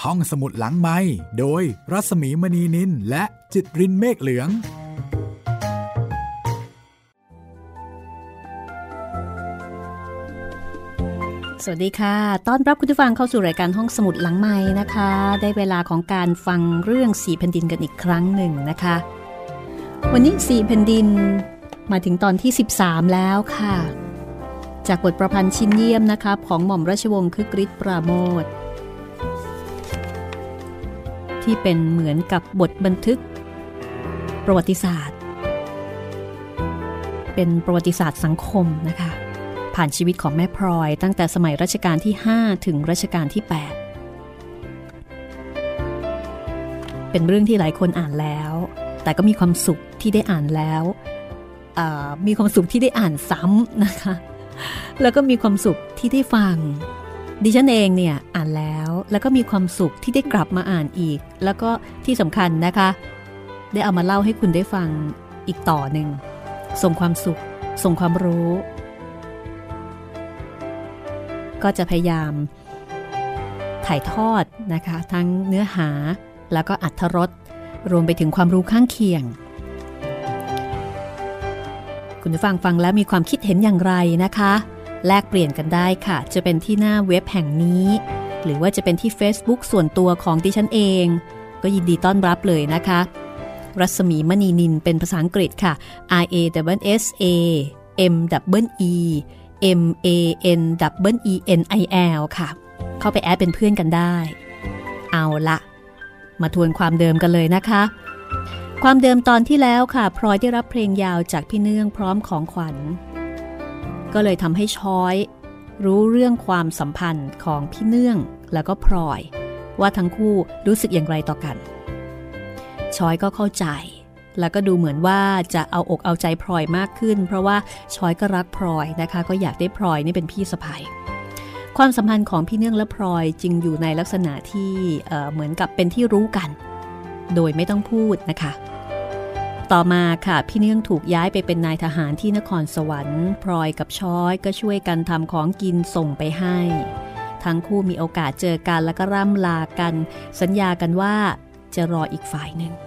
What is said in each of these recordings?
ห้องสมุดหลังไมค์โดยรัศมีมณีนินและจิตรินเมฆเหลืองสวัสดีค่ะต้อนรับคุณผู้ฟังเข้าสู่รายการห้องสมุดหลังไมค์นะคะได้เวลาของการฟังเรื่องสี่แผ่นดินกันอีกครั้งหนึ่งนะคะวันนี้สี่แผ่นดินมาถึงตอนที่13แล้วค่ะจากบทประพันธ์ชิ้นเยี่ยมนะคะของหม่อมราชวงศ์คึกฤทธิ์ปราโมทย์ที่เป็นเหมือนกับบทบันทึกประวัติศาสตร์เป็นประวัติศาสตร์สังคมนะคะผ่านชีวิตของแม่พลอยตั้งแต่สมัยรัชกาลที่5ถึงรัชกาลที่8เป็นเรื่องที่หลายคนอ่านแล้วแต่ก็มีความสุขที่ได้อ่านแล้วมีความสุขที่ได้อ่านซ้ำนะคะแล้วก็มีความสุขที่ได้ฟังดิฉันเองเนี่ยอ่านแล้วก็มีความสุขที่ได้กลับมาอ่านอีกแล้วก็ที่สำคัญนะคะได้เอามาเล่าให้คุณได้ฟังอีกต่อหนึ่งส่งความสุขส่งความรู้ก็จะพยายามถ่ายทอดนะคะทั้งเนื้อหาแล้วก็อรรถรสรวมไปถึงความรู้ข้างเคียงคุณผู้ฟังฟังแล้วมีความคิดเห็นอย่างไรนะคะแลกเปลี่ยนกันได้ค่ะจะเป็นที่หน้าเว็บแห่งนี้หรือว่าจะเป็นที่ Facebook ส่วนตัวของดิฉันเองก็ยินดีต้อนรับเลยนะคะรัศมีมณีนินเป็นภาษาอังกฤษค่ะ RASAMENENIL ค่ะเข้าไปแอดเป็นเพื่อนกันได้เอาละมาทวนความเดิมกันเลยนะคะความเดิมตอนที่แล้วค่ะพลอยได้รับเพลงยาวจากพี่เนื่องพร้อมของขวัญก็เลยทำให้ช้อยรู้เรื่องความสัมพันธ์ของพี่เนื่องแล้วก็พลอยว่าทั้งคู่รู้สึกอย่างไรต่อกันช้อยก็เข้าใจแล้วก็ดูเหมือนว่าจะเอาอกเอาใจพลอยมากขึ้นเพราะว่าช้อยก็รักพลอยนะคะก็อยากได้พลอยนี่เป็นพี่สะใภ้ความสัมพันธ์ของพี่เนื่องและพลอยจึงอยู่ในลักษณะที่เหมือนกับเป็นที่รู้กันโดยไม่ต้องพูดนะคะต่อมาค่ะพี่เนื่องถูกย้ายไปเป็นนายทหารที่นครสวรรค์พลอยกับช้อยก็ช่วยกันทำของกินส่งไปให้ทั้งคู่มีโอกาสเจอกันแล้วก็ร่ำลากันสัญญากันว่าจะรออีกฝ่ายหนึ่ง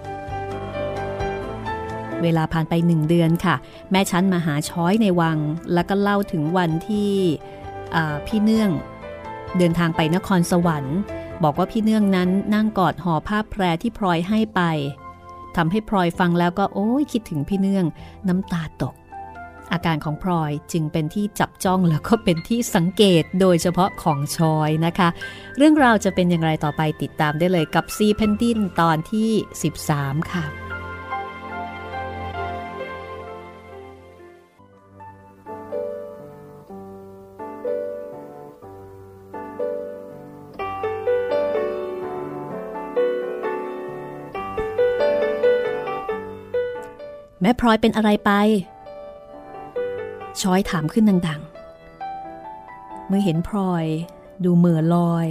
เวลาผ่านไป1 เดือนค่ะแม่ชั้นมาหาช้อยในวังแล้วก็เล่าถึงวันที่พี่เนื่องเดินทางไปนครสวรรค์บอกว่าพี่เนื่องนั้นนั่งกอดห่อผ้าแพรที่พลอยให้ไปทำให้พลอยฟังแล้วก็โอ้ยคิดถึงพี่เนื่องน้ำตาตกอาการของพลอยจึงเป็นที่จับจ้องแล้วก็เป็นที่สังเกตโดยเฉพาะของช้อยนะคะเรื่องราวจะเป็นอย่างไรต่อไปติดตามได้เลยกับซีแผ่นดินตอนที่13ค่ะแม่พลอยเป็นอะไรไปช้อยถามขึ้นดังๆเมื่อเห็นพลอยดูเหม่อลอย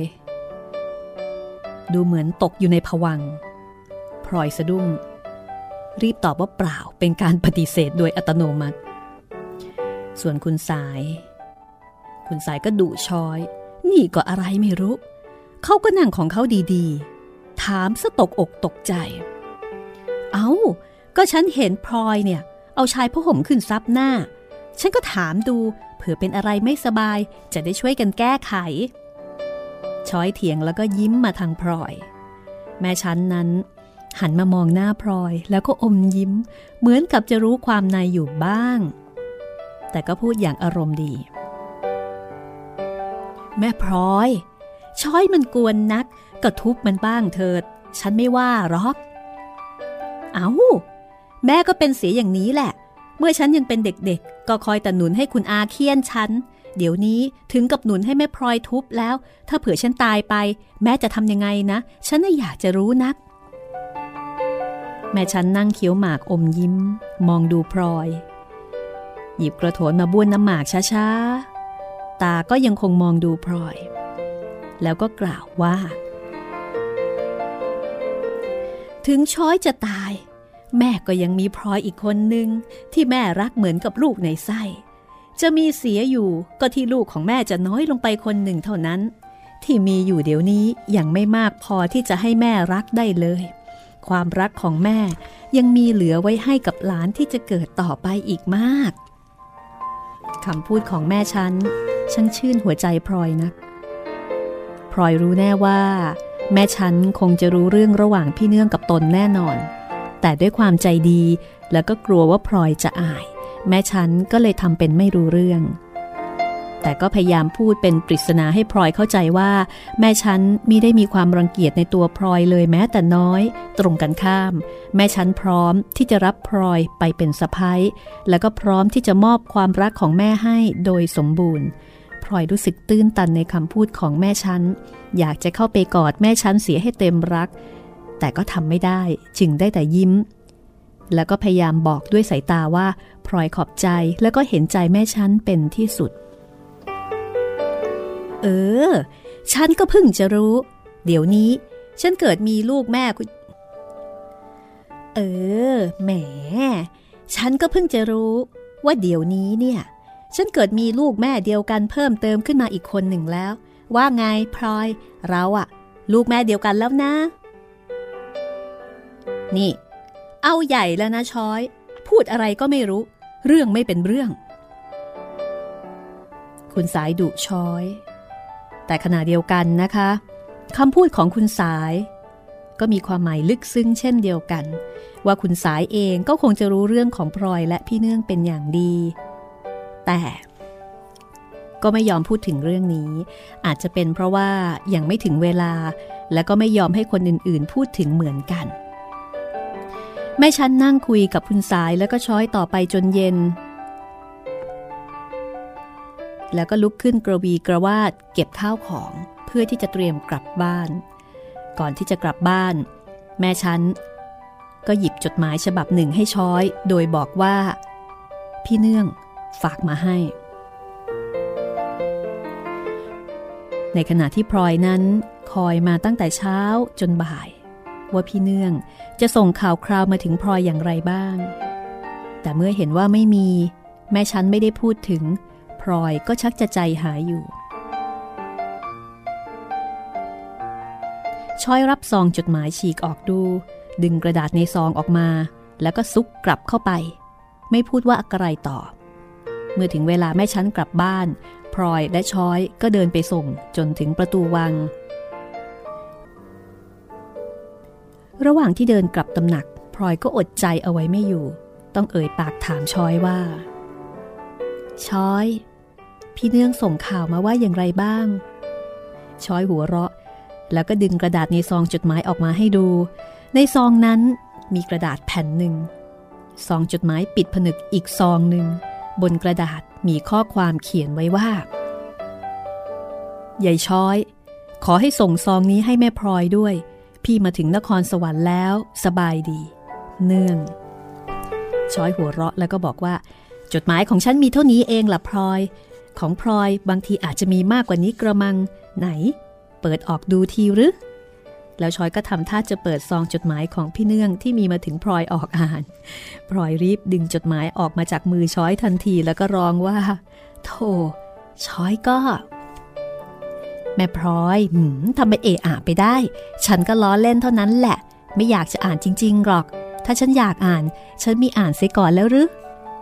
ดูเหมือนตกอยู่ในภวังค์พลอยสะดุ้งรีบตอบว่าเปล่าเป็นการปฏิเสธโดยอัตโนมัติส่วนคุณสายก็ดุช้อยนี่ก็อะไรไม่รู้เขาก็นั่งของเขาดีๆถามซะตกอกตกใจเอ้าก็ฉันเห็นพลอยเนี่ยเอาชายผ้าห่มขึ้นซับหน้าฉันก็ถามดูเผื่อเป็นอะไรไม่สบายจะได้ช่วยกันแก้ไขช้อยเถียงแล้วก็ยิ้มมาทางพลอยแม่ฉันนั้นหันมามองหน้าพลอยแล้วก็อมยิ้มเหมือนกับจะรู้ความในอยู่บ้างแต่ก็พูดอย่างอารมณ์ดีแม่พลอยช้อยมันกวนนักก็ทุบมันบ้างเถิดฉันไม่ว่าหรอกเอ้าแม่ก็เป็นเสียอย่างนี้แหละเมื่อฉันยังเป็นเด็กๆก็คอยแต่หนุนให้คุณอาเคี่ยนฉันเดี๋ยวนี้ถึงกับหนุนให้แม่พลอยทุบแล้วถ้าเผื่อฉันตายไปแม่จะทำยังไงนะฉันน่ะอยากจะรู้นักแม่ฉันนั่งเคี้ยวหมากอมยิ้มมองดูพลอยหยิบกระโถนมาบ้วนน้ำหมากช้าๆตาก็ยังคงมองดูพลอยแล้วก็กล่าวว่าถึงช้อยจะตายแม่ก็ยังมีพลอยอีกคนนึงที่แม่รักเหมือนกับลูกในไส้จะมีเสียอยู่ก็ที่ลูกของแม่จะน้อยลงไปคนหนึ่งเท่านั้นที่มีอยู่เดี๋ยวนี้ยังไม่มากพอที่จะให้แม่รักได้เลยความรักของแม่ยังมีเหลือไว้ให้กับหลานที่จะเกิดต่อไปอีกมากคำพูดของแม่ฉันช่างชื่นหัวใจพลอยนักพลอยรู้แน่ว่าแม่ฉันคงจะรู้เรื่องระหว่างพี่เนื่องกับตนแน่นอนแต่ด้วยความใจดีแล้วก็กลัวว่าพลอยจะอายแม่ฉันก็เลยทำเป็นไม่รู้เรื่องแต่ก็พยายามพูดเป็นปริศนาให้พลอยเข้าใจว่าแม่ฉันมิได้มีความรังเกียจในตัวพลอยเลยแม้แต่น้อยตรงกันข้ามแม่ฉันพร้อมที่จะรับพลอยไปเป็นสะใภ้แล้วก็พร้อมที่จะมอบความรักของแม่ให้โดยสมบูรณ์พลอยรู้สึกตื้นตันในคำพูดของแม่ฉันอยากจะเข้าไปกอดแม่ฉันเสียให้เต็มรักแต่ก็ทำไม่ได้จึงได้แต่ยิ้มแล้วก็พยายามบอกด้วยสายตาว่าพลอยขอบใจแล้วก็เห็นใจแม่ฉันเป็นที่สุดฉันก็เพิ่งจะรู้เดี๋ยวนี้ฉันเกิดมีลูกแม่แหมฉันก็เพิ่งจะรู้ว่าเดี๋ยวนี้เนี่ยฉันเกิดมีลูกแม่เดียวกันเพิ่มเติมขึ้นมาอีกคนหนึ่งแล้วว่าไงพลอยเราอะลูกแม่เดียวกันแล้วนะนี่เอาใหญ่แล้วนะช้อยพูดอะไรก็ไม่รู้เรื่องไม่เป็นเรื่องคุณสายดุช้อยแต่ขณะเดียวกันนะคะคำพูดของคุณสายก็มีความหมายลึกซึ้งเช่นเดียวกันว่าคุณสายเองก็คงจะรู้เรื่องของพลอยและพี่เนื่องเป็นอย่างดีแต่ก็ไม่ยอมพูดถึงเรื่องนี้อาจจะเป็นเพราะว่ายังไม่ถึงเวลาและก็ไม่ยอมให้คนอื่นๆพูดถึงเหมือนกันแม่ฉันนั่งคุยกับคุณสายแล้วก็ช้อยต่อไปจนเย็นแล้วก็ลุกขึ้นกระวีกระวาดเก็บข้าวของเพื่อที่จะเตรียมกลับบ้านก่อนที่จะกลับบ้านแม่ฉันก็หยิบจดหมายฉบับหนึ่งให้ช้อยโดยบอกว่าพี่เนื่องฝากมาให้ในขณะที่พลอยนั้นคอยมาตั้งแต่เช้าจนบ่ายว่าพี่เนื่องจะส่งข่าวคราวมาถึงพลอยอย่างไรบ้างแต่เมื่อเห็นว่าไม่มีแม่ฉันไม่ได้พูดถึงพลอยก็ชักจะใจหายอยู่ช้อยรับซองจดหมายฉีกออกดูดึงกระดาษในซองออกมาแล้วก็ซุกกลับเข้าไปไม่พูดว่าอะไรต่อเมื่อถึงเวลาแม่ฉันกลับบ้านพลอยและช้อยก็เดินไปส่งจนถึงประตูวังระหว่างที่เดินกลับตำหนักพลอยก็อดใจเอาไว้ไม่อยู่ต้องเอ่ยปากถามช้อยว่าช้อยพี่เนื่องส่งข่าวมาว่าอย่างไรบ้างช้อยหัวเราะแล้วก็ดึงกระดาษในซองจดหมายออกมาให้ดูในซองนั้นมีกระดาษแผ่นหนึ่งซองจดหมายปิดผนึกอีกซองหนึ่งบนกระดาษมีข้อความเขียนไว้ว่ายายช้อยขอให้ส่งซองนี้ให้แม่พลอยด้วยพี่มาถึงนครสวรรค์แล้วสบายดีเนื่องช้อยหัวเราะแล้วก็บอกว่าจดหมายของฉันมีเท่านี้เองล่ะพลอยของพลอยบางทีอาจจะมีมากกว่านี้กระมังไหนเปิดออกดูทีหรือแล้วช้อยก็ทำท่าจะเปิดซองจดหมายของพี่เนื่องที่มีมาถึงพลอยออกอ่านพลอยรีบดึงจดหมายออกมาจากมือช้อยทันทีแล้วก็ร้องว่าโธ่ช้อยก็แม่พลอยทำไมเอะอะไปได้ฉันก็ล้อเล่นเท่านั้นแหละไม่อยากจะอ่านจริงๆหรอกถ้าฉันอยากอ่านฉันมีอ่านเสียก่อนแล้วหรือ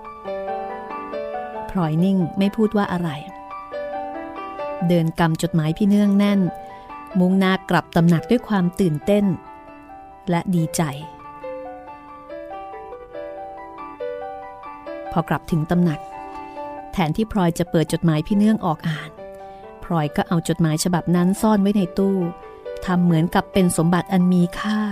พลอยนิ่งไม่พูดว่าอะไรเดินกำจดหมายพี่เนื่องแน่นมุ่งหน้ากลับตำหนักด้วยความตื่นเต้นและดีใจพอกลับถึงตำหนักแทนที่พลอยจะเปิดจดหมายพี่เนื่องออกอ่านพลอยก็เอาจดหมายฉบับนั้นซ่อนไว้ในตู้ทำเหมือนกับเป็นสมบัติอันมีค่า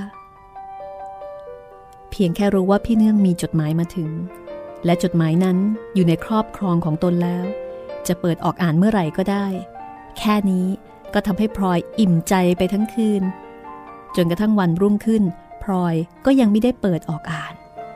เพียงแค่รู้ว่าพี่เนื่องมีจดหมายมาถึงและจดหมายนั้นอยู่ในครอบครองของตนแล้วจะเปิดออกอ่านเมื่อไหร่ก็ได้แค่นี้ก็ทำให้พลอยอิ่มใจไปทั้งคืนจนกระทั่งวันรุ่งขึ้นพลอยก็ยังไม่ได้เปิดออกอ่าน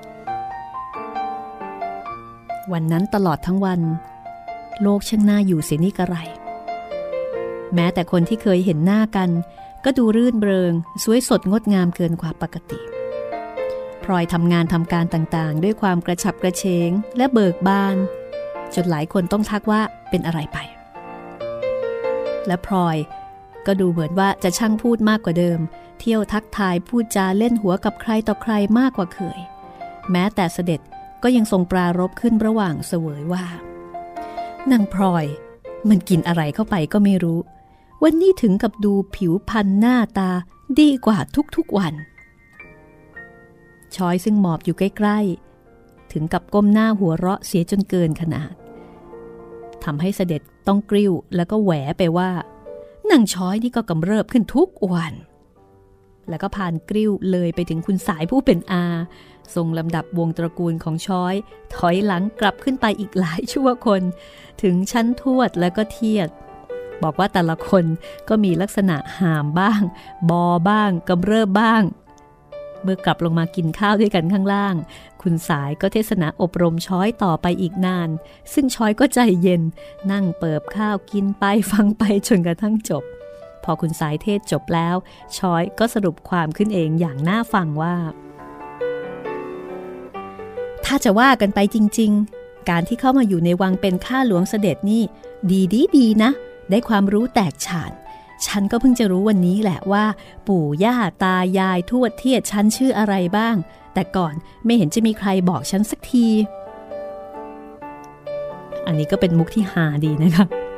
วันนั้นตลอดทั้งวันโลกช่างน่าอยู่เสียนี่กระไรแม้แต่คนที่เคยเห็นหน้ากันก็ดูรื่นเริงสวยสดงดงามเกินกว่าปกติพลอยทำงานทำการต่างๆด้วยความกระฉับกระเฉงและเบิกบานจนหลายคนต้องทักว่าเป็นอะไรไปและพลอยก็ดูเหมือนว่าจะช่างพูดมากกว่าเดิมเที่ยวทักทายพูดจาเล่นหัวกับใครต่อใครมากกว่าเคยแม้แต่เสด็จก็ยังทรงปรารภขึ้นระหว่างเสวยว่านางพลอยมันกินอะไรเข้าไปก็ไม่รู้วันนี้ถึงกับดูผิวพรรณหน้าตาดีกว่าทุกๆวันช้อยซึ่งหมอบอยู่ใกล้ๆถึงกับก้มหน้าหัวเราะเสียจนเกินขนาดทำให้เสด็จต้องกริ้วแล้วก็แหวไปว่านางช้อยนี่ก็กำเริบขึ้นทุกวันแล้วก็ผ่านกริ้วเลยไปถึงคุณสายผู้เป็นอาทรงลำดับวงตระกูลของช้อยถอยหลังกลับขึ้นไปอีกหลายชั่วคนถึงชั้นทวดแล้วก็เทียดบอกว่าแต่ละคนก็มีลักษณะหามบ้างบอบ้างกำเริบบ้างเมื่อกลับลงมากินข้าวด้วยกันข้างล่างคุณสายก็เทศนาอบรมช้อยต่อไปอีกนานซึ่งช้อยก็ใจเย็นนั่งเปิบข้าวกินไปฟังไปจนกระทั่งจบพอคุณสายเทศจบแล้วช้อยก็สรุปความขึ้นเองอย่างน่าฟังว่าถ้าจะว่ากันไปจริงๆการที่เข้ามาอยู่ในวังเป็นข้าหลวงเสด็จนี่ดีนะได้ความรู้แตกฉานฉันก็เพิ่งจะรู้วันนี้แหละว่าปู่ย่าตายายทวดเทียดฉันชื่ออะไรบ้างแต่ก่อนไม่เห็นจะมีใครบอกฉันสักทีอันนี้ก็เป็นมุกที่ฮาดีนะคะ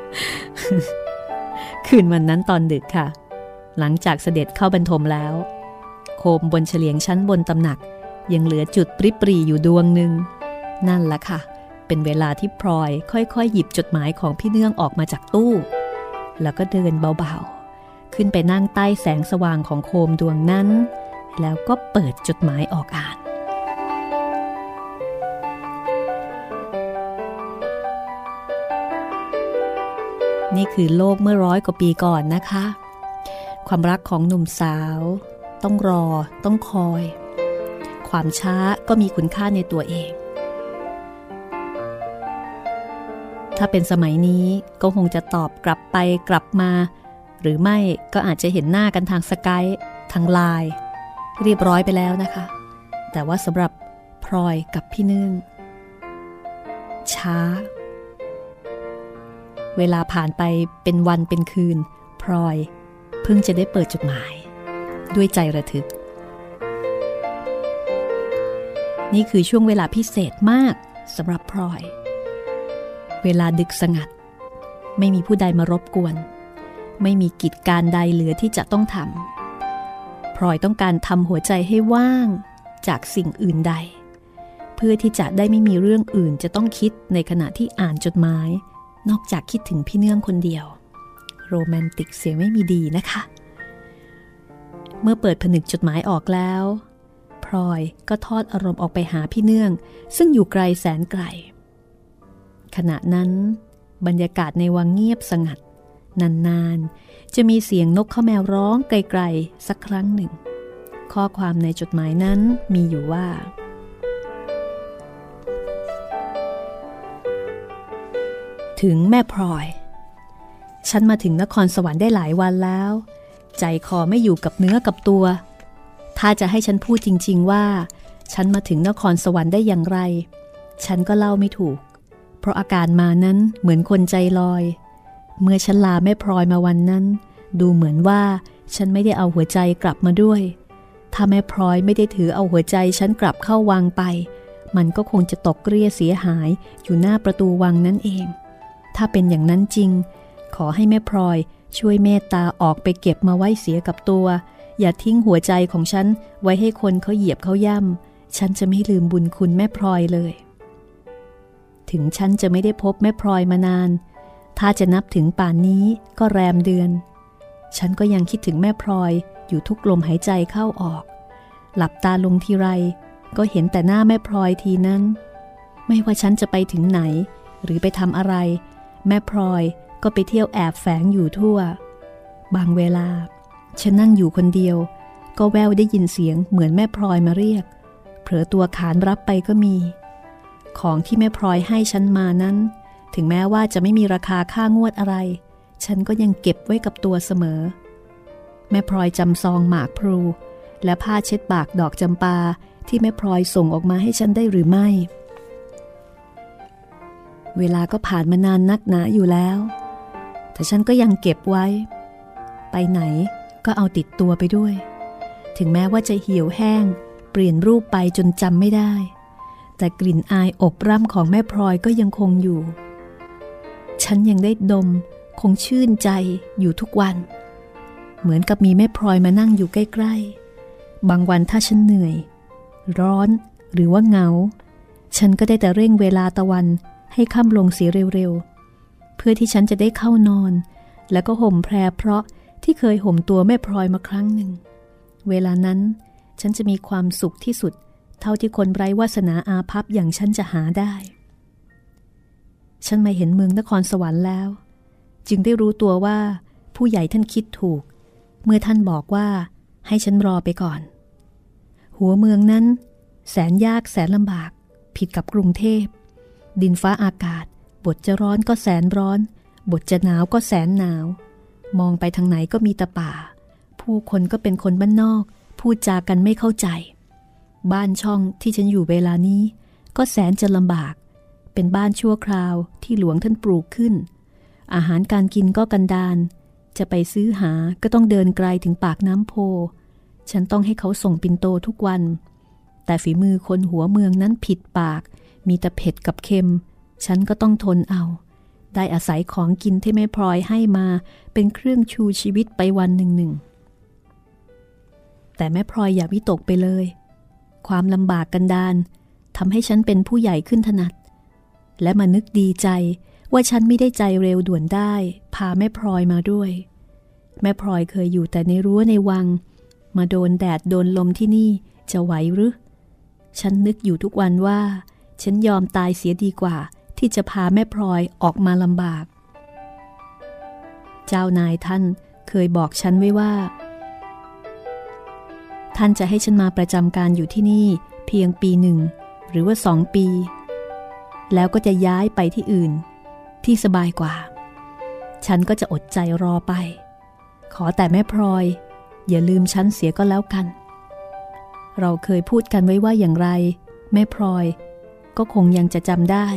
คืนวันนั้นตอนดึกค่ะหลังจากเสด็จเข้าบรรทมแล้วโคมบนเฉลียงชั้นบนตำหนักยังเหลือจุดปริปรีอยู่ดวงหนึ่งนั่นล่ะค่ะเป็นเวลาที่พลอยค่อยๆหยิบจดหมายของพี่เนื่องออกมาจากตู้แล้วก็เดินเบาๆขึ้นไปนั่งใต้แสงสว่างของโคมดวงนั้นแล้วก็เปิดจดหมายออกอ่านนี่คือโลกเมื่อ100 กว่าปีก่อนนะคะความรักของหนุ่มสาวต้องรอต้องคอยความช้าก็มีคุณค่าในตัวเองถ้าเป็นสมัยนี้ก็คงจะตอบกลับไปกลับมาหรือไม่ก็อาจจะเห็นหน้ากันทางสกายทางไลน์เรียบร้อยไปแล้วนะคะแต่ว่าสำหรับพลอยกับพี่เนื่องช้าเวลาผ่านไปเป็นวันเป็นคืนพลอยเพิ่งจะได้เปิดจดหมายด้วยใจระทึกนี่คือช่วงเวลาพิเศษมากสำหรับพลอยเวลาดึกสงัดไม่มีผู้ใดมารบกวนไม่มีกิจการใดเหลือที่จะต้องทำพลอยต้องการทำหัวใจให้ว่างจากสิ่งอื่นใดเพื่อที่จะได้ไม่มีเรื่องอื่นจะต้องคิดในขณะที่อ่านจดหมายนอกจากคิดถึงพี่เนื่องคนเดียวโรแมนติกเสียไม่มีดีนะคะเมื่อเปิดผนึกจดหมายออกแล้วพลอยก็ทอดอารมณ์ออกไปหาพี่เนื่องซึ่งอยู่ไกลแสนไกลขณะนั้นบรรยากาศในวังเงียบสงัดนานๆจะมีเสียงนกข้าวแมวร้องไกลๆสักครั้งหนึ่งข้อความในจดหมายนั้นมีอยู่ว่าถึงแม่พลอยฉันมาถึงนครสวรรค์ได้หลายวันแล้วใจคอไม่อยู่กับเนื้อกับตัวถ้าจะให้ฉันพูดจริงๆว่าฉันมาถึงนครสวรรค์ได้อย่างไรฉันก็เล่าไม่ถูกเพราะอาการมานั้นเหมือนคนใจลอยเมื่อฉันลาแม่พลอยมาวันนั้นดูเหมือนว่าฉันไม่ได้เอาหัวใจกลับมาด้วยถ้าแม่พลอยไม่ได้ถือเอาหัวใจฉันกลับเข้าวังไปมันก็คงจะตกเกลี้ยเสียหายอยู่หน้าประตูวังนั่นเองถ้าเป็นอย่างนั้นจริงขอให้แม่พลอยช่วยเมตตาออกไปเก็บมาไว้เสียกับตัวอย่าทิ้งหัวใจของฉันไว้ให้คนเขาเหยียบเขาย่ำฉันจะไม่ลืมบุญคุณแม่พลอยเลยถึงฉันจะไม่ได้พบแม่พลอยมานานถ้าจะนับถึงป่านนี้ก็แรมเดือนฉันก็ยังคิดถึงแม่พลอยอยู่ทุกลมหายใจเข้าออกหลับตาลงทีไรก็เห็นแต่หน้าแม่พลอยทีนั้นไม่ว่าฉันจะไปถึงไหนหรือไปทำอะไรแม่พลอยก็ไปเที่ยวแอบแฝงอยู่ทั่วบางเวลาฉันนั่งอยู่คนเดียวก็แววได้ยินเสียงเหมือนแม่พลอยมาเรียกเผลอตัวขานรับไปก็มีของที่แม่พลอยให้ฉันมานั้นถึงแม้ว่าจะไม่มีราคาค่างวดอะไรฉันก็ยังเก็บไว้กับตัวเสมอแม่พลอยจำซองหมากพลูและผ้าเช็ดปากดอกจำปาที่แม่พลอยส่งออกมาให้ฉันได้หรือไม่เวลาก็ผ่านมานานนักหนาอยู่แล้วแต่ฉันก็ยังเก็บไว้ไปไหนก็เอาติดตัวไปด้วยถึงแม้ว่าจะเหี่ยวแห้งเปลี่ยนรูปไปจนจำไม่ได้แต่กลิ่นอายอบร่ำของแม่พลอยก็ยังคงอยู่ฉันยังได้ดมคงชื่นใจอยู่ทุกวันเหมือนกับมีแม่พลอยมานั่งอยู่ใกล้ๆบางวันถ้าฉันเหนื่อยร้อนหรือว่าเหงาฉันก็ได้แต่เร่งเวลาตะวันให้ค่ำลงเสียเร็วๆเพื่อที่ฉันจะได้เข้านอนแล้วก็ห่มแพรเพราะที่เคยห่มตัวแม่พลอยมาครั้งหนึ่งเวลานั้นฉันจะมีความสุขที่สุดเท่าที่คนไร้วาสนาอาภัพอย่างฉันจะหาได้ฉันมาเห็นเมืองนครสวรรค์แล้วจึงได้รู้ตัวว่าผู้ใหญ่ท่านคิดถูกเมื่อท่านบอกว่าให้ฉันรอไปก่อนหัวเมืองนั้นแสนยากแสนลำบากผิดกับกรุงเทพดินฟ้าอากาศบทจะร้อนก็แสนร้อนบทจะหนาวก็แสนหนาวมองไปทางไหนก็มีแต่ป่าผู้คนก็เป็นคนบ้านนอกพูดจากันไม่เข้าใจบ้านช่องที่ฉันอยู่เวลานี้ก็แสนจะลำบากเป็นบ้านชั่วคราวที่หลวงท่านปลูกขึ้นอาหารการกินก็กันดารจะไปซื้อหาก็ต้องเดินไกลถึงปากน้ำโพฉันต้องให้เขาส่งปิ่นโตทุกวันแต่ฝีมือคนหัวเมืองนั้นผิดปากมีแต่เผ็ดกับเค็มฉันก็ต้องทนเอาได้อาศัยของกินที่แม่พลอยให้มาเป็นเครื่องชูชีวิตไปวันหนึ่งแต่แม่พลอยอย่าวิตกไปเลยความลำบากกันดารทำให้ฉันเป็นผู้ใหญ่ขึ้นถนัดและมานึกดีใจว่าฉันไม่ได้ใจเร็วด่วนได้พาแม่พลอยมาด้วยแม่พลอยเคยอยู่แต่ในรั้วในวังมาโดนแดดโดนลมที่นี่จะไหวหรือฉันนึกอยู่ทุกวันว่าฉันยอมตายเสียดีกว่าที่จะพาแม่พลอยออกมาลำบากเจ้านายท่านเคยบอกฉันไว้ว่าท่านจะให้ฉันมาประจำการอยู่ที่นี่เพียงปีหนึ่งหรือว่า2 ปีแล้วก็จะย้ายไปที่อื่นที่สบายกว่าฉันก็จะอดใจรอไปขอแต่แม่พลอยอย่าลืมฉันเสียก็แล้วกันเราเคยพูดกันไว้ว่าอย่างไรแม่พลอยก็คงยังจะจำได้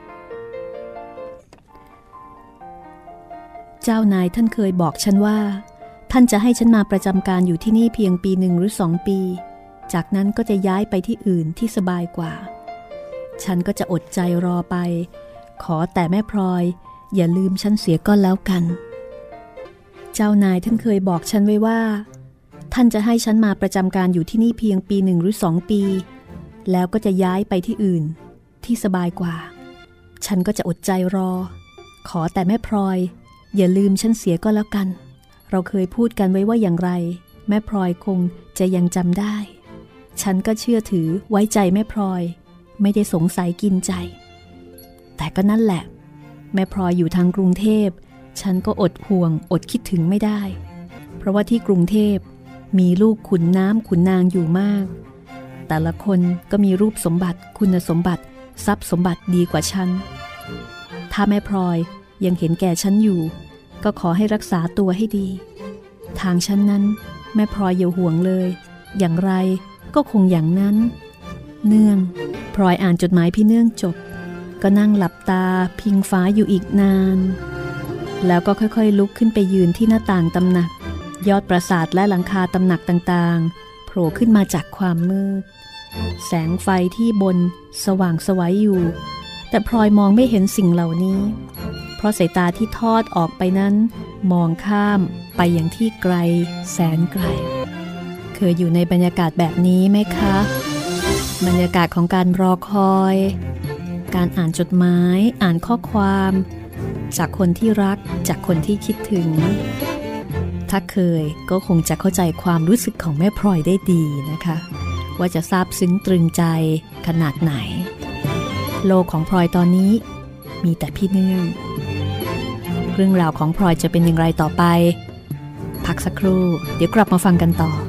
เจ้านายท่านเคยบอกฉันว่าท่านจะให้ฉันมาประจำการอยู่ที่นี่เพียงปี1 หรือ 2 ปีจากนั้นก็จะย้ายไปที่อื่นที่สบายกว่าฉันก็จะอดใจรอไปขอแต่แม่พลอยอย่าลืมฉันเสียก็แล้วกันเจ้านายท่านเคยบอกฉันไว้ว่าท่านจะให้ฉันมาประจำการอยู่ที่นี่เพียงปี1 หรือ 2 ปีแล้วก็จะย้ายไปที่อื่นที่สบายกว่าฉันก็จะอดใจรอขอแต่แม่พลอยอย่าลืมฉันเสียก็แล้วกันเราเคยพูดกันไว้ว่าอย่างไรแม่พลอยคงจะยังจำได้ฉันก็เชื่อถือไว้ใจแม่พลอยไม่ได้สงสัยกินใจแต่ก็นั่นแหละแม่พลอยอยู่ทางกรุงเทพฉันก็อดห่วงอดคิดถึงไม่ได้เพราะว่าที่กรุงเทพมีลูกขุนน้ำขุนนางอยู่มากแต่ละคนก็มีรูปสมบัติคุณสมบัติทรัพย์สมบัติดีกว่าฉันถ้าแม่พลอยยังเห็นแก่ฉันอยู่ก็ขอให้รักษาตัวให้ดีทางฉันนั้นแม่พลอยอย่าห่วงเลยอย่างไรก็คงอย่างนั้นเนื่องพลอยอ่านจดหมายพี่เนื่องจบก็นั่งหลับตาพิงฟ้าอยู่อีกนานแล้วก็ค่อยๆลุกขึ้นไปยืนที่หน้าต่างตำหนักยอดปราสาทและหลังคาตำหนักต่างๆโผล่ขึ้นมาจากความมืดแสงไฟที่บนสว่างไสวอยู่แต่พลอยมองไม่เห็นสิ่งเหล่านี้เพราะสายตาที่ทอดออกไปนั้นมองข้ามไปอย่างที่ไกลแสนไกลเคยอยู่ในบรรยากาศแบบนี้ไหมคะบรรยากาศของการรอคอยการอ่านจดหมายอ่านข้อความจากคนที่รักจากคนที่คิดถึงถ้าเคยก็คงจะเข้าใจความรู้สึกของแม่พลอยได้ดีนะคะว่าจะซาบซึ้งตรึงใจขนาดไหนโลกของพลอยตอนนี้มีแต่พี่เนื่องเรื่องราวของพลอยจะเป็นอย่างไรต่อไปพักสักครู่เดี๋ยวกลับมาฟังกันต่อ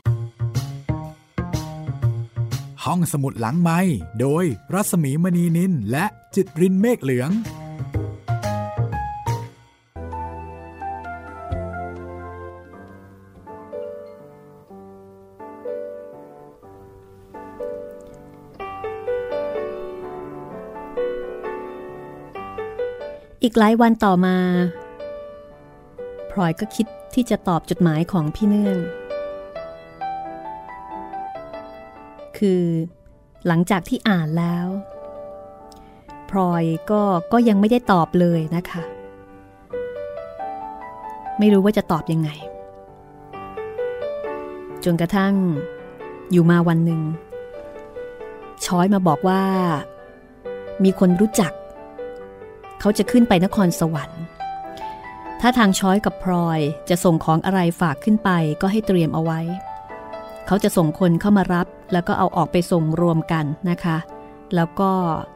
ห้องสมุดหลังไมค์โดยรัศมีมณีนินและจิตรินเมฆเหลืองอีกหลายวันต่อมาพลอยก็คิดที่จะตอบจดหมายของพี่เนื่องคือหลังจากที่อ่านแล้วพลอยก็ยังไม่ได้ตอบเลยนะคะไม่รู้ว่าจะตอบยังไงจนกระทั่งอยู่มาวันหนึ่งช้อยมาบอกว่ามีคนรู้จักเขาจะขึ้นไปนครสวรรค์ถ้าทางช้อยกับพลอยจะส่งของอะไรฝากขึ้นไปก็ให้เตรียมเอาไว้เขาจะส่งคนเข้ามารับแล้วก็เอาออกไปส่งรวมกันนะคะแล้วก็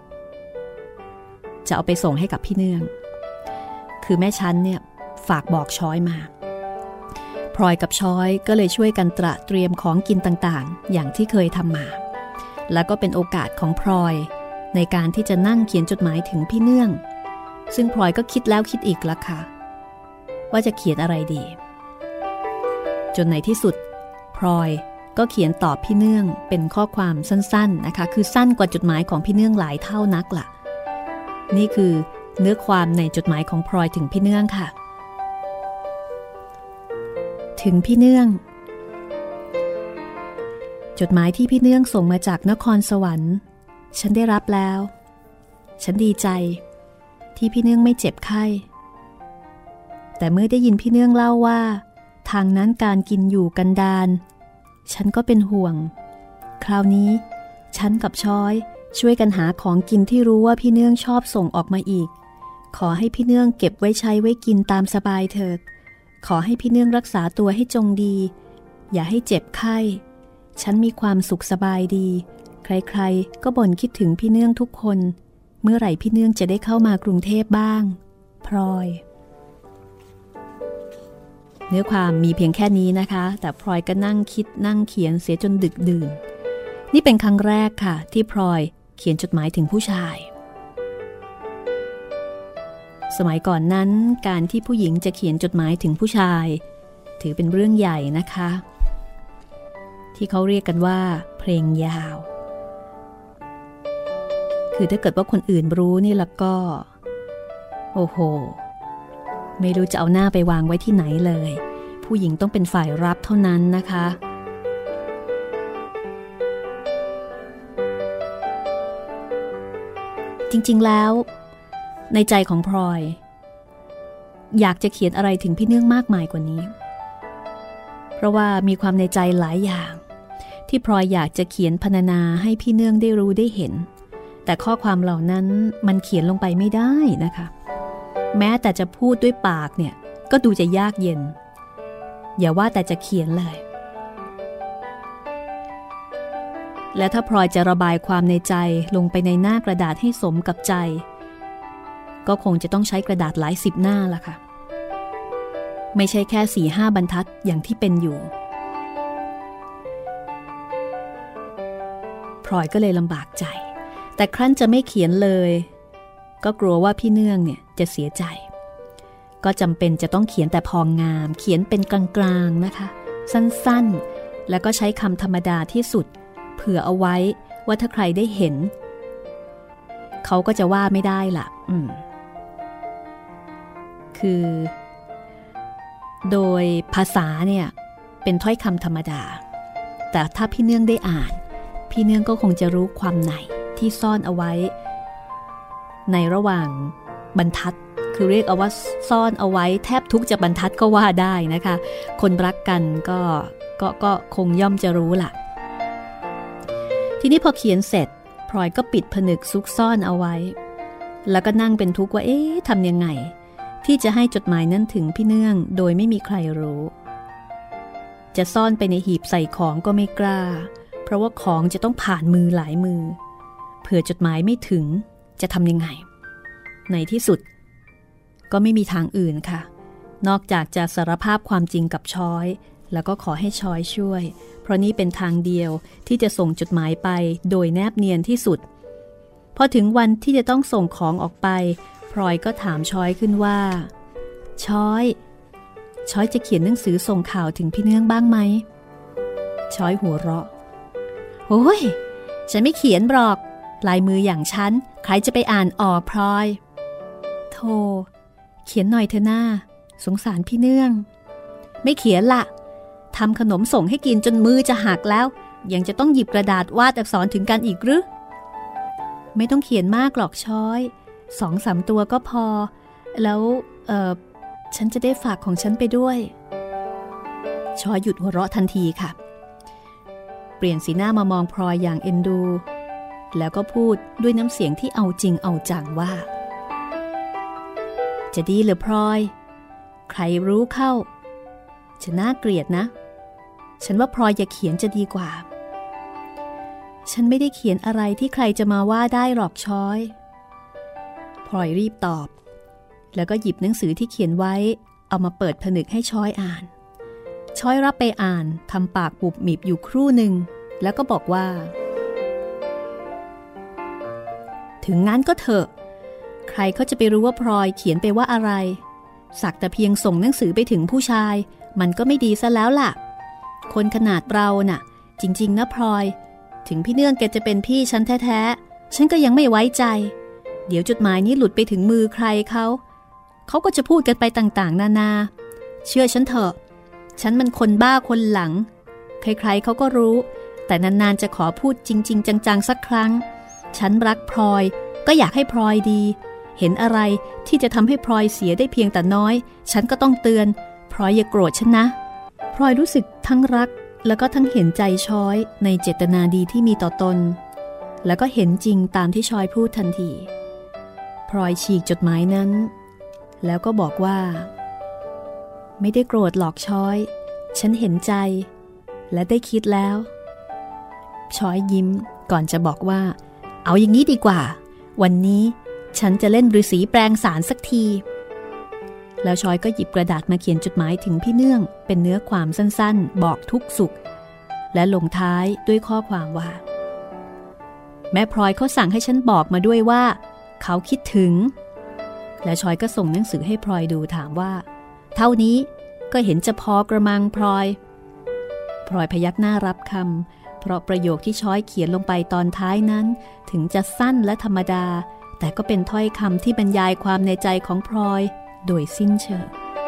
จะเอาไปส่งให้กับพี่เนื่องคือแม่ชั้นเนี่ยฝากบอกช้อยมาพลอยกับช้อยก็เลยช่วยกันเตรียมของกินต่างๆอย่างที่เคยทำมาแล้วก็เป็นโอกาสของพลอยในการที่จะนั่งเขียนจดหมายถึงพี่เนื่องซึ่งพลอยก็คิดแล้วคิดอีกละค่ะว่าจะเขียนอะไรดีจนในที่สุดพลอยก็เขียนตอบพี่เนื่องเป็นข้อความสั้นๆนะคะคือสั้นกว่าจดหมายของพี่เนื่องหลายเท่านักล่ะนี่คือเนื้อความในจดหมายของพลอยถึงพี่เนื่องค่ะถึงพี่เนื่องจดหมายที่พี่เนื่องส่งมาจากนครสวรรค์ฉันได้รับแล้วฉันดีใจที่พี่เนื่องไม่เจ็บไข้แต่เมื่อได้ยินพี่เนื่องเล่าว่าทางนั้นการกินอยู่กันดารฉันก็เป็นห่วงคราวนี้ฉันกับช้อยช่วยกันหาของกินที่รู้ว่าพี่เนื่องชอบส่งออกมาอีกขอให้พี่เนื่องเก็บไว้ใช้ไว้กินตามสบายเถิดขอให้พี่เนื่องรักษาตัวให้จงดีอย่าให้เจ็บไข้ฉันมีความสุขสบายดีใครๆก็บ่นคิดถึงพี่เนื่องทุกคนเมื่อไหร่พี่เนื่องจะได้เข้ามากรุงเทพบ้างพลอยเนื้อความมีเพียงแค่นี้นะคะแต่พลอยก็นั่งคิดนั่งเขียนเสียจนดึกดื่นนี่เป็นครั้งแรกค่ะที่พลอยเขียนจดหมายถึงผู้ชายสมัยก่อนนั้นการที่ผู้หญิงจะเขียนจดหมายถึงผู้ชายถือเป็นเรื่องใหญ่นะคะที่เขาเรียกกันว่าเพลงยาวคือถ้าเกิดว่าคนอื่นรู้นี่แล้วก็โอ้โหไม่รู้จะเอาหน้าไปวางไว้ที่ไหนเลยผู้หญิงต้องเป็นฝ่ายรับเท่านั้นนะคะจริงๆแล้วในใจของพลอยอยากจะเขียนอะไรถึงพี่เนื่องมากมายกว่านี้เพราะว่ามีความในใจหลายอย่างที่พลอยอยากจะเขียนพรรณนาให้พี่เนื่องได้รู้ได้เห็นแต่ข้อความเหล่านั้นมันเขียนลงไปไม่ได้นะคะแม้แต่จะพูดด้วยปากเนี่ยก็ดูจะยากเย็นอย่าว่าแต่จะเขียนเลยและถ้าพลอยจะระบายความในใจลงไปในหน้ากระดาษให้สมกับใจก็คงจะต้องใช้กระดาษหลายสิบหน้าล่ะค่ะไม่ใช่แค่ 4-5 บรรทัดอย่างที่เป็นอยู่พลอยก็เลยลำบากใจแต่ครั้นจะไม่เขียนเลยก็กลัวว่าพี่เนื่องเนี่ยจะเสียใจก็จำเป็นจะต้องเขียนแต่พองามเขียนเป็นกลางๆนะคะสั้นๆแล้วก็ใช้คำธรรมดาที่สุดเผื่อเอาไว้ว่าถ้าใครได้เห็นเขาก็จะว่าไม่ได้ล่ะคือโดยภาษาเนี่ยเป็นถ้อยคำธรรมดาแต่ถ้าพี่เนื่องได้อ่านพี่เนื่องก็คงจะรู้ความในที่ซ่อนเอาไว้ในระหว่างบรรทัดคือเรียกเอาว่าซ่อนเอาไว้แทบทุกจะบรรทัดก็ว่าได้นะคะคนรักกันก็คงย่อมจะรู้ล่ะทีนี้พอเขียนเสร็จพลอยก็ปิดผนึกซุกซ่อนเอาไว้แล้วก็นั่งเป็นทุกข์ว่าทำยังไงที่จะให้จดหมายนั้นถึงพี่เนื่องโดยไม่มีใครรู้จะซ่อนไปในหีบใส่ของก็ไม่กล้าเพราะว่าของจะต้องผ่านมือหลายมือเผื่อจดหมายไม่ถึงจะทำยังไงในที่สุดก็ไม่มีทางอื่นค่ะนอกจากจะสารภาพความจริงกับช้อยแล้วก็ขอให้ช้อยช่วยเพราะนี่เป็นทางเดียวที่จะส่งจดหมายไปโดยแนบเนียนที่สุดพอถึงวันที่จะต้องส่งของออกไปพลอยก็ถามช้อยขึ้นว่าช้อยจะเขียนหนังสือส่งข่าวถึงพี่เนื่องบ้างไหมช้อยหัวเราะโอ้ยฉันไม่เขียนหรอกลายมืออย่างฉันใครจะไปอ่านออกพลอยโธ่เขียนหน่อยเถอะหน้าสงสารพี่เนื่องไม่เขียนละทำขนมส่งให้กินจนมือจะหักแล้วยังจะต้องหยิบกระดาษวาดอักษรถึงกันอีกหรือไม่ต้องเขียนมากหรอกช้อย 2-3 ตัวก็พอแล้วฉันจะได้ฝากของฉันไปด้วยช้อยหยุดหัวเราะทันทีค่ะเปลี่ยนสีหน้ามามองพลอยอย่างเอ็นดูแล้วก็พูดด้วยน้ำเสียงที่เอาจริงเอาจังว่าจะดีเหรอพลอยใครรู้เข้าจะน่าเกลียดนะฉันว่าพลอยอย่าเขียนจะดีกว่าฉันไม่ได้เขียนอะไรที่ใครจะมาว่าได้หรอกช้อยพลอยรีบตอบแล้วก็หยิบหนังสือที่เขียนไว้เอามาเปิดผนึกให้ช้อยอ่านช้อยรับไปอ่านทำปากบุบหมิบอยู่ครู่หนึ่งแล้วก็บอกว่าถึงงั้นก็เถอะใครเขาจะไปรู้ว่าพลอยเขียนไปว่าอะไรสักแต่เพียงส่งหนังสือไปถึงผู้ชายมันก็ไม่ดีซะแล้วล่ะคนขนาดเราน่ะจริงๆนะพลอยถึงพี่เนื่องแกจะเป็นพี่ฉันแท้ๆฉันก็ยังไม่ไว้ใจเดี๋ยวจดหมายนี้หลุดไปถึงมือใครเขาก็จะพูดกันไปต่างๆนานาเชื่อฉันเถอะฉันมันคนบ้าคนหลังใครๆเขาก็รู้แต่นานๆจะขอพูดจริงๆจังๆสักครั้งฉันรักพลอยก็อยากให้พลอยดีเห็นอะไรที่จะทำให้พลอยเสียได้เพียงแต่น้อยฉันก็ต้องเตือนพลอยอย่าโกรธฉันนะพลอยรู้สึกทั้งรักแล้วก็ทั้งเห็นใจช้อยในเจตนาดีที่มีต่อตนแล้วก็เห็นจริงตามที่ช้อยพูดทันทีพลอยฉีกจดหมายนั้นแล้วก็บอกว่าไม่ได้โกรธหรอกช้อยฉันเห็นใจและได้คิดแล้วช้อยยิ้มก่อนจะบอกว่าเอาอย่างนี้ดีกว่าวันนี้ฉันจะเล่นฤาษีแปลงสารสักทีแล้วช้อยก็หยิบกระดาษมาเขียนจดหมายถึงพี่เนื่องเป็นเนื้อความสั้นๆบอกทุกสุขและลงท้ายด้วยข้อความว่าแม่พลอยเขาสั่งให้ฉันบอกมาด้วยว่าเขาคิดถึงและช้อยก็ส่งหนังสือให้พลอยดูถามว่าเท่านี้ก็เห็นจะพอกระมังพลอยพยักหน้ารับคำเพราะประโยคที่ช้อยเขียนลงไปตอนท้ายนั้นถึงจะสั้นและธรรมดาแต่ก็เป็นถ้อยคำที่บรรยายความในใจของพลอยโดยสิ้นเชิง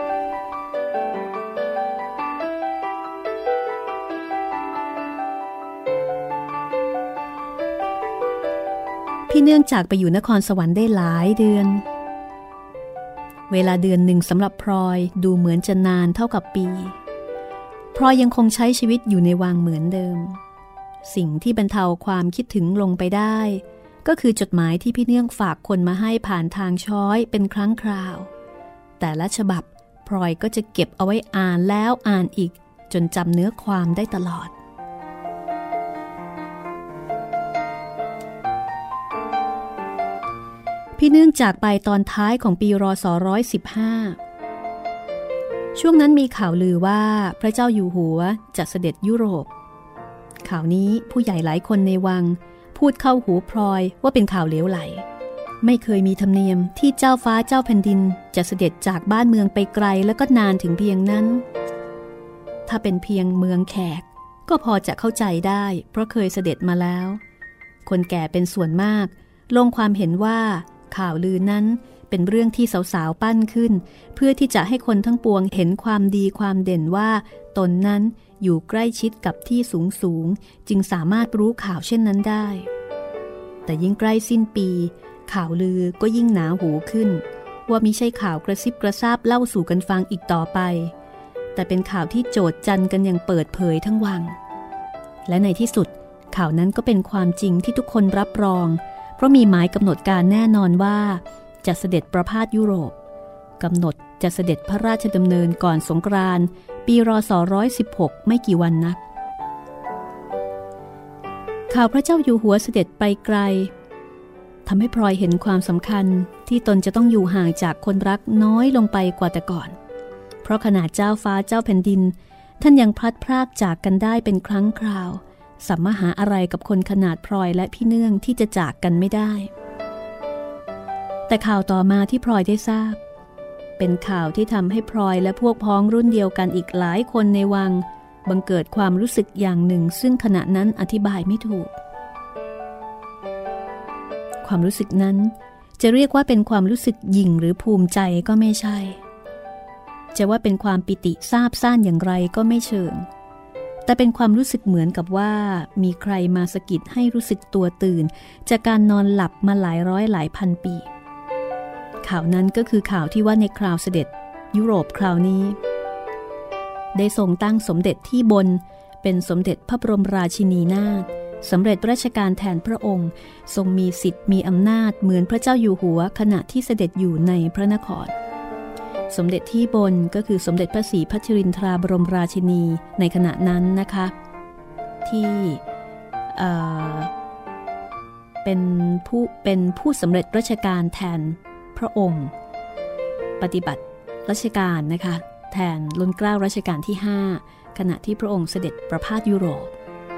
พี่เนื่องจากไปอยู่นครสวรรค์ได้หลายเดือนเวลาเดือนหนึ่งสำหรับพลอยดูเหมือนจะนานเท่ากับปีพลอยยังคงใช้ชีวิตอยู่ในวังเหมือนเดิมสิ่งที่บรรเทาความคิดถึงลงไปได้ก็คือจดหมายที่พี่เนื่องฝากคนมาให้ผ่านทางช้อยเป็นครั้งคราวแต่ละฉบับพลอยก็จะเก็บเอาไว้อ่านแล้วอ่านอีกจนจำเนื้อความได้ตลอดพี่เนื่องจากไปตอนท้ายของปีรศ115ช่วงนั้นมีข่าวลือว่าพระเจ้าอยู่หัวจะเสด็จยุโรปข่าวนี้ผู้ใหญ่หลายคนในวังพูดเข้าหูพลอยว่าเป็นข่าวเหลวไหลไม่เคยมีธรรมเนียมที่เจ้าฟ้าเจ้าแผ่นดินจะเสด็จจากบ้านเมืองไปไกลแล้วก็นานถึงเพียงนั้นถ้าเป็นเพียงเมืองแขกก็พอจะเข้าใจได้เพราะเคยเสด็จมาแล้วคนแก่เป็นส่วนมากลงความเห็นว่าข่าวลือนั้นเป็นเรื่องที่สาวๆปั้นขึ้นเพื่อที่จะให้คนทั้งปวงเห็นความดีความเด่นว่าตนนั้นอยู่ใกล้ชิดกับที่สูงจึงสามารถรู้ข่าวเช่นนั้นได้แต่ยิ่งใกล้สิ้นปีข่าวลือก็ยิ่งหนาหูขึ้นว่ามิใช่ข่าวกระซิบกระซาบเล่าสู่กันฟังอีกต่อไปแต่เป็นข่าวที่โจษจันกันอย่างเปิดเผยทั้งวังและในที่สุดข่าวนั้นก็เป็นความจริงที่ทุกคนรับรองเพราะมีหมายกำหนดการแน่นอนว่าจะเสด็จประพาสยุโรปกำหนดจะเสด็จพระราชดำเนินก่อนสงกรานต์ปีรศ116ไม่กี่วันนักข่าวพระเจ้าอยู่หัวเสด็จไปไกลทำให้พลอยเห็นความสำคัญที่ตนจะต้องอยู่ห่างจากคนรักน้อยลงไปกว่าแต่ก่อนเพราะขนาดเจ้าฟ้าเจ้าแผ่นดินท่านยังพลัดพรากจากกันได้เป็นครั้งคราวสัมมหาอะไรกับคนขนาดพลอยและพี่เนื่องที่จะจากกันไม่ได้แต่ข่าวต่อมาที่พลอยได้ทราบเป็นข่าวที่ทำให้พลอยและพวกพ้องรุ่นเดียวกันอีกหลายคนในวังบังเกิดความรู้สึกอย่างหนึ่งซึ่งขณะนั้นอธิบายไม่ถูกความรู้สึกนั้นจะเรียกว่าเป็นความรู้สึกหยิ่งหรือภูมิใจก็ไม่ใช่จะว่าเป็นความปิติซาบซ่านอย่างไรก็ไม่เชิงแต่เป็นความรู้สึกเหมือนกับว่ามีใครมาสะกิดให้รู้สึกตัวตื่นจากการนอนหลับมาหลายร้อยหลายพันปีข่าวนั้นก็คือข่าวที่ว่าในคราวเสด็จยุโรปคราวนี้ได้ทรงตั้งสมเด็จที่บนเป็นสมเด็จพระบรมราชินีนาถสำเร็จราชการแทนพระองค์ทรงมีสิทธิ์มีอำนาจเหมือนพระเจ้าอยู่หัวขณะที่เสด็จอยู่ในพระนครสมเด็จที่บนก็คือสมเด็จพระศรีพัชรินทราบรมราชินีในขณะนั้นนะคะที่เป็นผู้สำเร็จราชการแทนพระองค์ปฏิบัติราชการนะคะแทนล้นเกล้ารัชกาลที่5ขณะที่พระองค์เสด็จประพาสยุโรป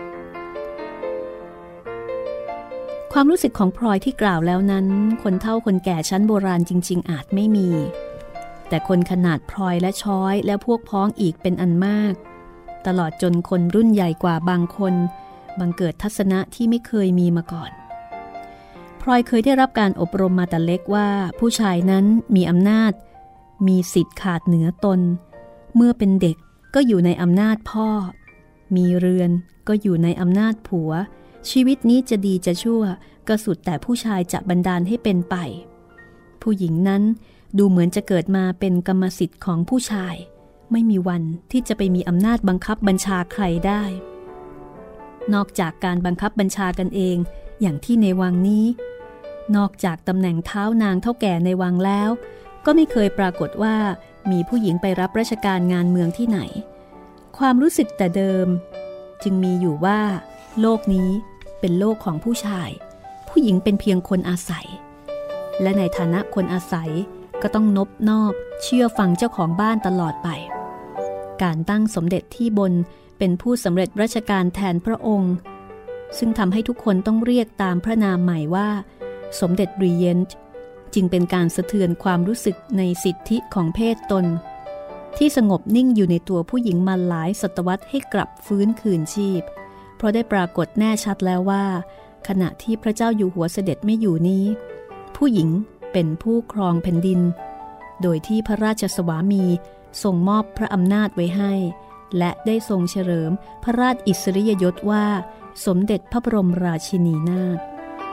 ความรู้สึกของพลอยที่กล่าวแล้วนั้นคนเฒ่าคนแก่ชั้นโบราณจริงๆอาจไม่มีแต่คนขนาดพลอยและช้อยและพวกพ้องอีกเป็นอันมากตลอดจนคนรุ่นใหญ่กว่าบางคนบังเกิดทัศนะที่ไม่เคยมีมาก่อนพลอยเคยได้รับการอบรมมาแต่เล็กว่าผู้ชายนั้นมีอำนาจมีสิทธิ์ขาดเหนือตนเมื่อเป็นเด็กก็อยู่ในอำนาจพ่อมีเรือนก็อยู่ในอำนาจผัวชีวิตนี้จะดีจะชั่วก็สุดแต่ผู้ชายจะบันดาลให้เป็นไปผู้หญิงนั้นดูเหมือนจะเกิดมาเป็นกรรมสิทธิ์ของผู้ชายไม่มีวันที่จะไปมีอำนาจบังคับบัญชาใครได้นอกจากการบังคับบัญชากันเองอย่างที่ในวังนี้นอกจากตำแหน่งเท้านางเท่าแก่ในวังแล้วก็ไม่เคยปรากฏว่ามีผู้หญิงไปรับราชการงานเมืองที่ไหนความรู้สึกแต่เดิมจึงมีอยู่ว่าโลกนี้เป็นโลกของผู้ชายผู้หญิงเป็นเพียงคนอาศัยและในฐานะคนอาศัยก็ต้องนบนอบเชื่อฟังเจ้าของบ้านตลอดไปการตั้งสมเด็จที่บนเป็นผู้สำเร็จราชการแทนพระองค์ซึ่งทำให้ทุกคนต้องเรียกตามพระนามใหม่ว่าสมเด็จรีเยนต์จึงเป็นการสะเทือนความรู้สึกในสิทธิของเพศตนที่สงบนิ่งอยู่ในตัวผู้หญิงมาหลายศตวรรษให้กลับฟื้นคืนชีพเพราะได้ปรากฏแน่ชัดแล้วว่าขณะที่พระเจ้าอยู่หัวเสด็จไม่อยู่นี้ผู้หญิงเป็นผู้ครองแผ่นดินโดยที่พระราชสวามีทรงมอบพระอำนาจไว้ให้และได้ทรงเฉลิมพระราชอิสริยยศว่าสมเด็จพระบรมราชินีนาถ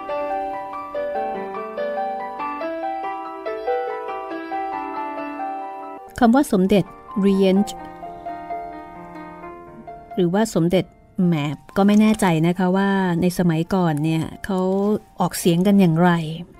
คำว่าสมเด็จ Regent หรือว่าสมเด็จแหมก็ไม่แน่ใจนะคะว่าในสมัยก่อนเนี่ยเขาออกเสียงกันอย่างไร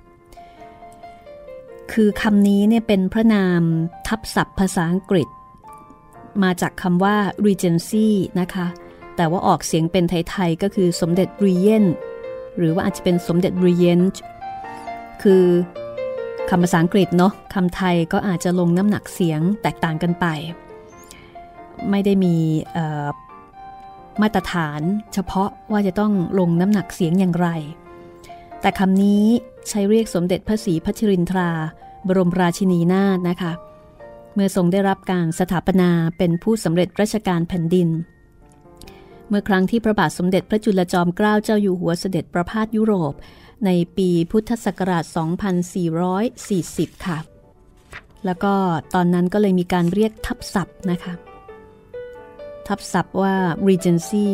คือคำนี้เนี่ยเป็นพระนามทับศัพท์ภาษาอังกฤษมาจากคำว่า Regency นะคะแต่ว่าออกเสียงเป็นไทยๆก็คือสมเด็จ Regent หรือว่าอาจจะเป็นสมเด็จ Regent คือคำภาษาอังกฤษเนาะคำไทยก็อาจจะลงน้ำหนักเสียงแตกต่างกันไปไม่ได้มีมาตรฐานเฉพาะว่าจะต้องลงน้ำหนักเสียงอย่างไรแต่คำนี้ใช้เรียกสมเด็จพระศรีพัชรินทราบรมราชินีนาถนะคะเมื่อทรงได้รับการสถาปนาเป็นผู้สำเร็จราชการแผ่นดินเมื่อครั้งที่พระบาทสมเด็จพระจุลจอมเกล้าเจ้าอยู่หัวเสด็จประพาสยุโรปในปีพุทธศักราช 2440 ค่ะแล้วก็ตอนนั้นก็เลยมีการเรียกทับศัพท์นะคะทับศัพท์ว่า Regency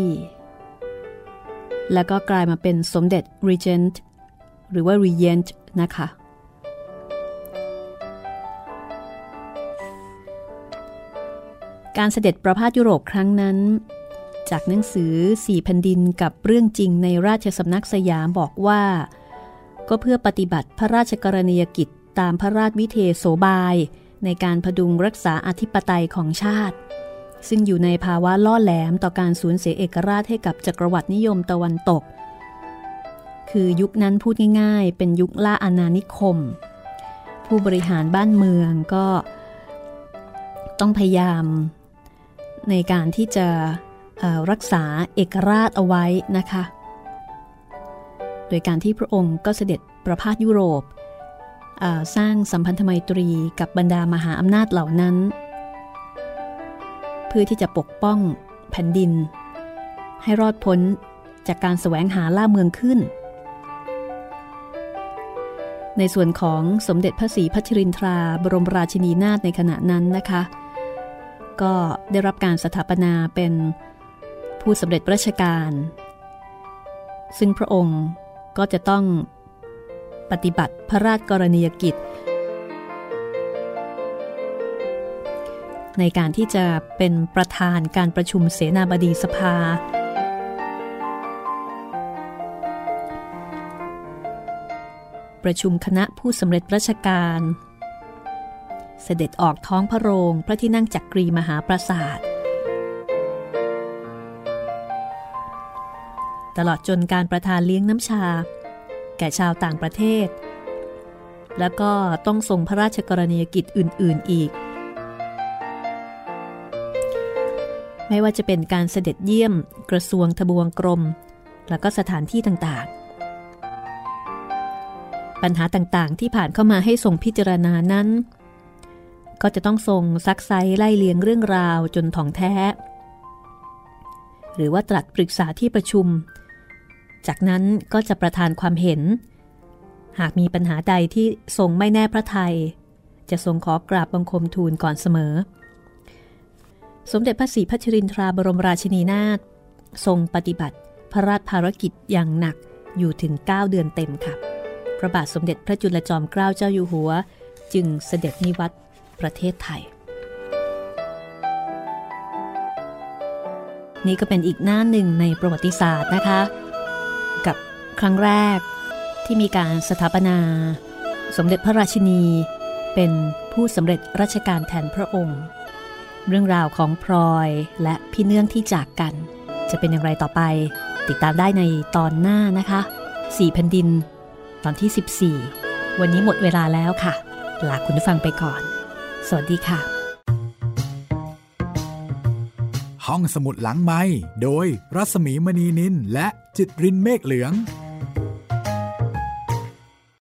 แล้วก็กลายมาเป็นสมเด็จ Regent หรือว่า Regent นะคะการเสด็จประพาสยุโรปครั้งนั้นจากหนังสือ4แผ่นดินกับเรื่องจริงในราชสำนักสยามบอกว่าก็เพื่อปฏิบัติพระราชกรณียกิจตามพระราชวิเทโสบายในการพดุงรักษาอธิปไตยของชาติซึ่งอยู่ในภาวะล่อแหลมต่อการสูญเสียเอกราชให้กับจักรวรรดินิยมตะวันตกคือยุคนั้นพูดง่ายๆเป็นยุคล่าอาณานิคมผู้บริหารบ้านเมืองก็ต้องพยายามในการที่จะรักษาเอกราชเอาไว้นะคะโดยการที่พระองค์ก็เสด็จประพาสยุโรปสร้างสัมพันธไมตรีกับบรรดามหาอำนาจเหล่านั้นเพื่อที่จะปกป้องแผ่นดินให้รอดพ้นจากการแสวงหาล่าเมืองขึ้นในส่วนของสมเด็จพระศรีพัชรินทราบรมราชินีนาถในขณะนั้นนะคะก็ได้รับการสถาปนาเป็นผู้สำเร็จราชการซึ่งพระองค์ก็จะต้องปฏิบัติพระราชกรณียกิจในการที่จะเป็นประธานการประชุมเสนาบดีสภาประชุมคณะผู้สำเร็จราชการเสด็จออกท้องพระโรงพระที่นั่งจักรีมหาปราสาทตลอดจนการประทานเลี้ยงน้ำชาแก่ชาวต่างประเทศแล้วก็ต้องทรงพระราชกรณียกิจอื่นๆอีกไม่ว่าจะเป็นการเสด็จเยี่ยมกระทรวงทบวงกรมแล้วก็สถานที่ต่างๆปัญหาต่างๆที่ผ่านเข้ามาให้ทรงพิจารณานั้นก็จะต้องทรงซักไซไล่เลียงเรื่องราวจนถ่องแท้หรือว่าตรัสปรึกษาที่ประชุมจากนั้นก็จะประทานความเห็นหากมีปัญหาใดที่ทรงไม่แน่พระทัยจะทรงขอกราบบังคมทูลก่อนเสมอสมเด็จพระศรีพัชรินทราบรมราชินีนาถทรงปฏิบัติพระราชภารกิจอย่างหนักอยู่ถึง9 เดือนเต็มค่ะพระบาทสมเด็จพระจุลจอมเกล้าเจ้าอยู่หัวจึงเสด็จนิวัตรประเทศไทยนี่ก็เป็นอีกหน้าหนึ่งในประวัติศาสตร์นะคะกับครั้งแรกที่มีการสถาปนาสมเด็จพระราชินีเป็นผู้สำเร็จราชการแทนพระองค์เรื่องราวของพลอยและพี่เนื่องที่จากกันจะเป็นอย่างไรต่อไปติดตามได้ในตอนหน้านะคะ4 แผ่นดินตอนที่14วันนี้หมดเวลาแล้วค่ะลาคุณผู้ฟังไปก่อนสวัสดีค่ะห้องสมุดหลังไมค์โดยรัศมีมณีนินและจิตรินเมฆเหลือง